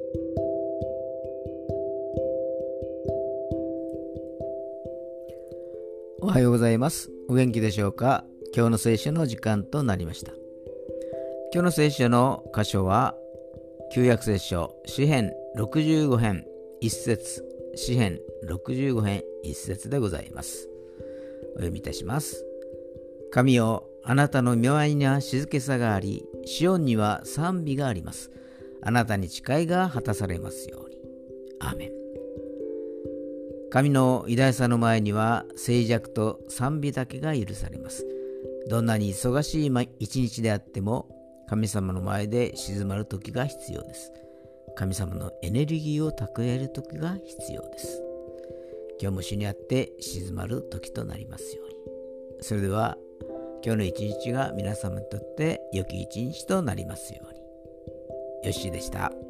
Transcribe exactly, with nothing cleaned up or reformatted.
おはようございます。お元気でしょうか。今日の聖書の時間となりました。今日の聖書の箇所は旧約聖書詩編ろくじゅうご編いっ節、詩編ろくじゅうご編いっ節でございます。お読みいたします。神よ、あなたの御前には静けさがあり、シオンには賛美があります。あなたに誓いが果たされますように。アーメン。神の偉大さの前には静寂と賛美だけが許されます。どんなに忙しい一日であっても、神様の前で静まる時が必要です。神様のエネルギーを蓄える時が必要です。今日も主にあって静まる時となりますように。それでは今日の一日が皆様にとって良き一日となりますように。よっしーでした。